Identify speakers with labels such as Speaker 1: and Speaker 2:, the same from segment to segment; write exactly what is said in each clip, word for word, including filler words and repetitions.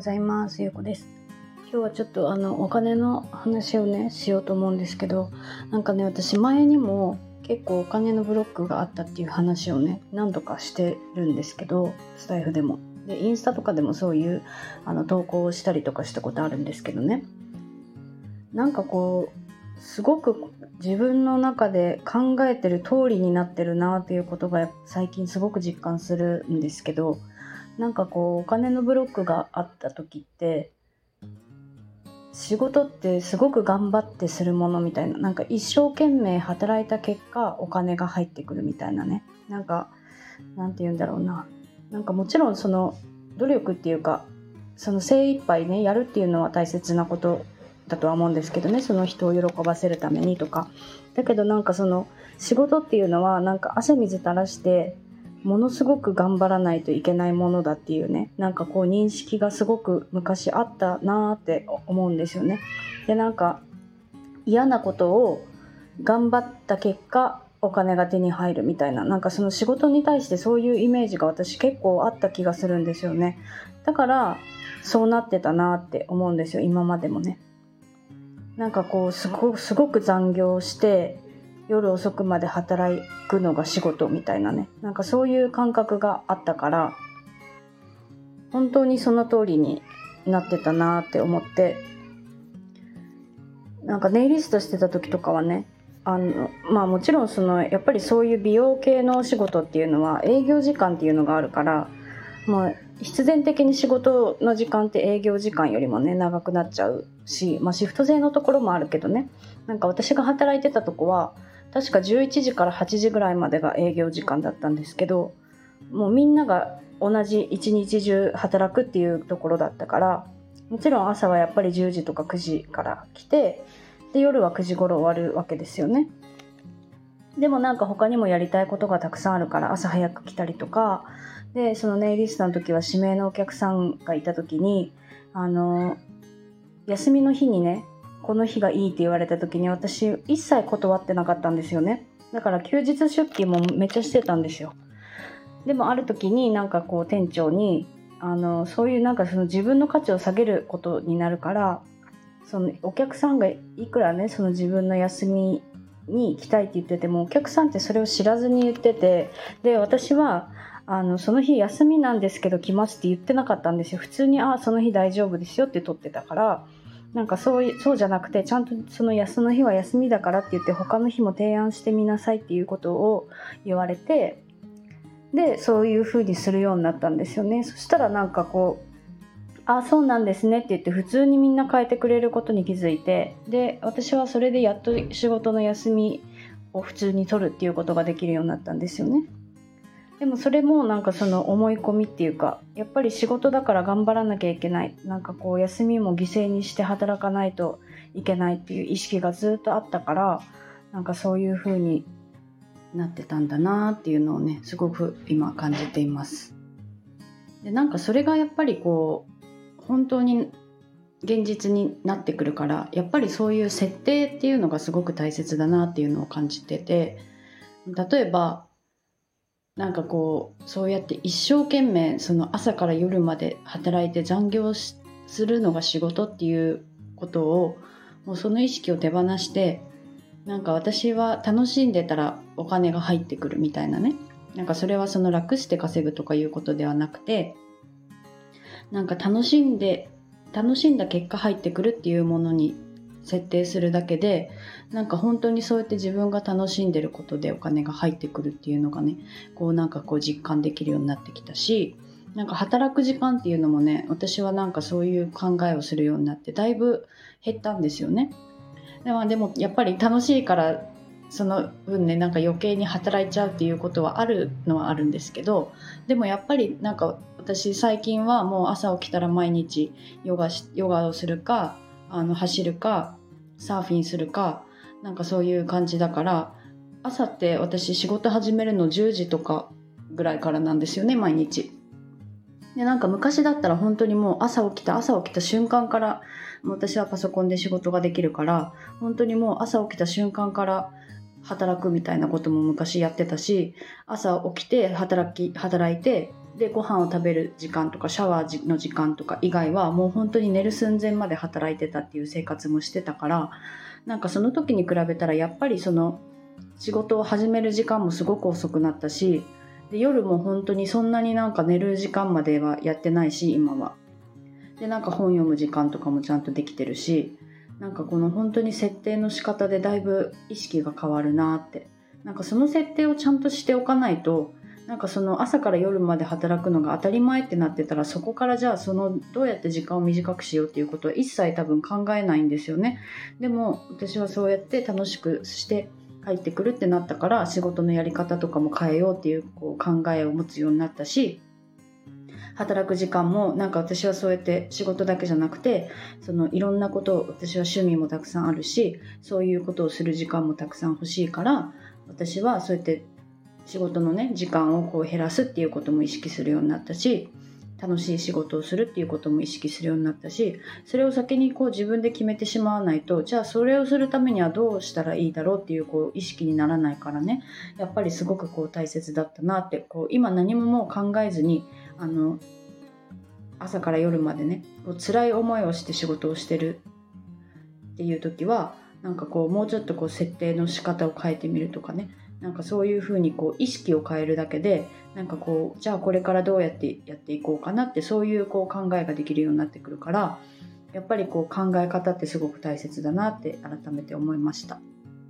Speaker 1: ざいます。ゆうこです。今日はちょっとあのお金の話をねしようと思うんですけど、なんかね私前にも結構お金のブロックがあったっていう話をね何度かしてるんですけど、スタイフでもでインスタとかでもそういうあの投稿をしたりとかしたことあるんですけどね、なんかこうすごく自分の中で考えてる通りになってるなっていうことが最近すごく実感するんですけど、なんかこうお金のブロックがあった時って仕事ってすごく頑張ってするものみたいな、なんか一生懸命働いた結果お金が入ってくるみたいなね、なんかなんて言うんだろうな、なんかもちろんその努力っていうかその精一杯ねやるっていうのは大切なことだとは思うんですけどね、その人を喜ばせるためにとか。だけどなんかその仕事っていうのはなんか汗水垂らしてものすごく頑張らないといけないものだっていうね、なんかこう認識がすごく昔あったなーって思うんですよね。でなんか嫌なことを頑張った結果お金が手に入るみたいな、なんかその仕事に対してそういうイメージが私結構あった気がするんですよね。だからそうなってたなって思うんですよ、今までもね。なんかこうすご、すごく残業して夜遅くまで働くのが仕事みたいなね、なんかそういう感覚があったから、本当にその通りになってたなって思って、なんかネイリストしてた時とかはね、あのまあもちろんそのやっぱりそういう美容系のお仕事っていうのは営業時間っていうのがあるから、もう必然的に仕事の時間って営業時間よりもね長くなっちゃうし、まあシフト制のところもあるけどね、なんか私が働いてたとこは確かじゅういちじからはちじぐらいまでが営業時間だったんですけど、もうみんなが同じ一日中働くっていうところだったから、もちろん朝はやっぱりじゅうじとかくじから来て、で夜はくじ頃終わるわけですよね。でもなんか他にもやりたいことがたくさんあるから朝早く来たりとかで、そのネイリストの時は指名のお客さんがいた時に、あの休みの日にねこの日がいいって言われた時に私一切断ってなかったんですよね。だから休日出勤もめっちゃしてたんですよ。でもある時になんかこう店長にあのそういうなんかその自分の価値を下げることになるから、そのお客さんがいくらねその自分の休みに行きたいって言っててもお客さんってそれを知らずに言ってて、で私はあのその日休みなんですけど来ますって言ってなかったんですよ。普通にあその日大丈夫ですよって取ってたから、なんかそういそうじゃなくてちゃんとその休の日は休みだからって言って他の日も提案してみなさいっていうことを言われて、でそういう風にするようになったんですよね。そしたらなんかこうあそうなんですねって言って普通にみんな変えてくれることに気づいて、で私はそれでやっと仕事の休みを普通に取るっていうことができるようになったんですよね。でもそれもなんかその思い込みっていうか、やっぱり仕事だから頑張らなきゃいけない、なんかこう休みも犠牲にして働かないといけないっていう意識がずっとあったから、なんかそういう風になってたんだなっていうのをねすごく今感じています。でなんかそれがやっぱりこう本当に現実になってくるから、やっぱりそういう設定っていうのがすごく大切だなっていうのを感じてて、例えばなんかこうそうやって一生懸命その朝から夜まで働いて残業するのが仕事っていうことをもうその意識を手放して、なんか私は楽しんでたらお金が入ってくるみたいなね、なんかそれはその楽して稼ぐとかいうことではなくて、なんか楽しんで楽しんだ結果入ってくるっていうものに設定するだけで、なんか本当にそうやって自分が楽しんでることでお金が入ってくるっていうのがね、こうなんかこう実感できるようになってきたし、なんか働く時間っていうのもね、私はなんかそういう考えをするようになってだいぶ減ったんですよね。でも、でもやっぱり楽しいからその分ねなんか余計に働いちゃうっていうことはあるのはあるんですけど、でもやっぱりなんか私最近はもう朝起きたら毎日ヨガし、ヨガをするかあの走るかサーフィンするかなんかそういう感じだから、朝って私仕事始めるのじゅうじとかぐらいからなんですよね、毎日。でなんか昔だったら本当にもう朝起きた朝起きた瞬間から、私はパソコンで仕事ができるから本当にもう朝起きた瞬間から働くみたいなことも昔やってたし、朝起きて働き働いてでご飯を食べる時間とかシャワーの時間とか以外はもう本当に寝る寸前まで働いてたっていう生活もしてたから、なんかその時に比べたらやっぱりその仕事を始める時間もすごく遅くなったし、で夜も本当にそんなになんか寝る時間まではやってないし今は。でなんか本読む時間とかもちゃんとできてるし、なんかこの本当に設定の仕方でだいぶ意識が変わるなって。なんかその設定をちゃんとしておかないと、なんかその朝から夜まで働くのが当たり前ってなってたら、そこからじゃあそのどうやって時間を短くしようっていうことは一切多分考えないんですよね。でも私はそうやって楽しくして帰ってくるってなったから、仕事のやり方とかも変えようっていう、こう考えを持つようになったし、働く時間もなんか私はそうやって仕事だけじゃなくて、そのいろんなことを、私は趣味もたくさんあるし、そういうことをする時間もたくさん欲しいから、私はそうやって仕事のね時間をこう減らすっていうことも意識するようになったし、楽しい仕事をするっていうことも意識するようになったし、それを先にこう自分で決めてしまわないと、じゃあそれをするためにはどうしたらいいだろうっていう、こう意識にならないからね、やっぱりすごくこう大切だったなって、こう今何ももう考えずに、あの朝から夜までね辛い思いをして仕事をしてるっていう時は、なんかこうもうちょっとこう設定の仕方を変えてみるとかね、なんかそういう風にこう意識を変えるだけで、なんかこうじゃあこれからどうやってやっていこうかなって、そういうこう考えができるようになってくるから、やっぱりこう考え方ってすごく大切だなって改めて思いました。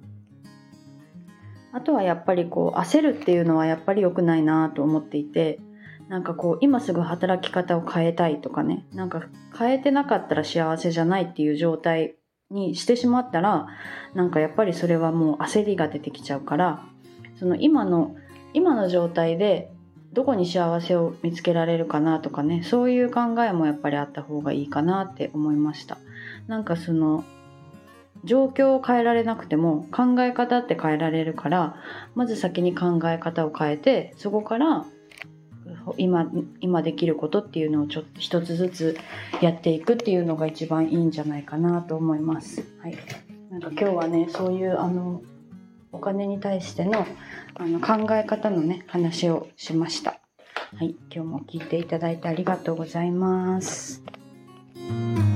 Speaker 1: あとはやっぱりこう焦るっていうのはやっぱり良くないなと思っていて、なんかこう今すぐ働き方を変えたいとかね、なんか変えてなかったら幸せじゃないっていう状態にしてしまったら、なんかやっぱりそれはもう焦りが出てきちゃうから、その今の今の状態でどこに幸せを見つけられるかなとかね、そういう考えもやっぱりあった方がいいかなって思いました。なんかその状況を変えられなくても考え方って変えられるから、まず先に考え方を変えて、そこから今今できることっていうのをちょっと一つずつやっていくっていうのが一番いいんじゃないかなと思います。はい、なんか今日はね、そういうあのお金に対してのあの考え方のね話をしました。はい、今日も聞いていただいてありがとうございます。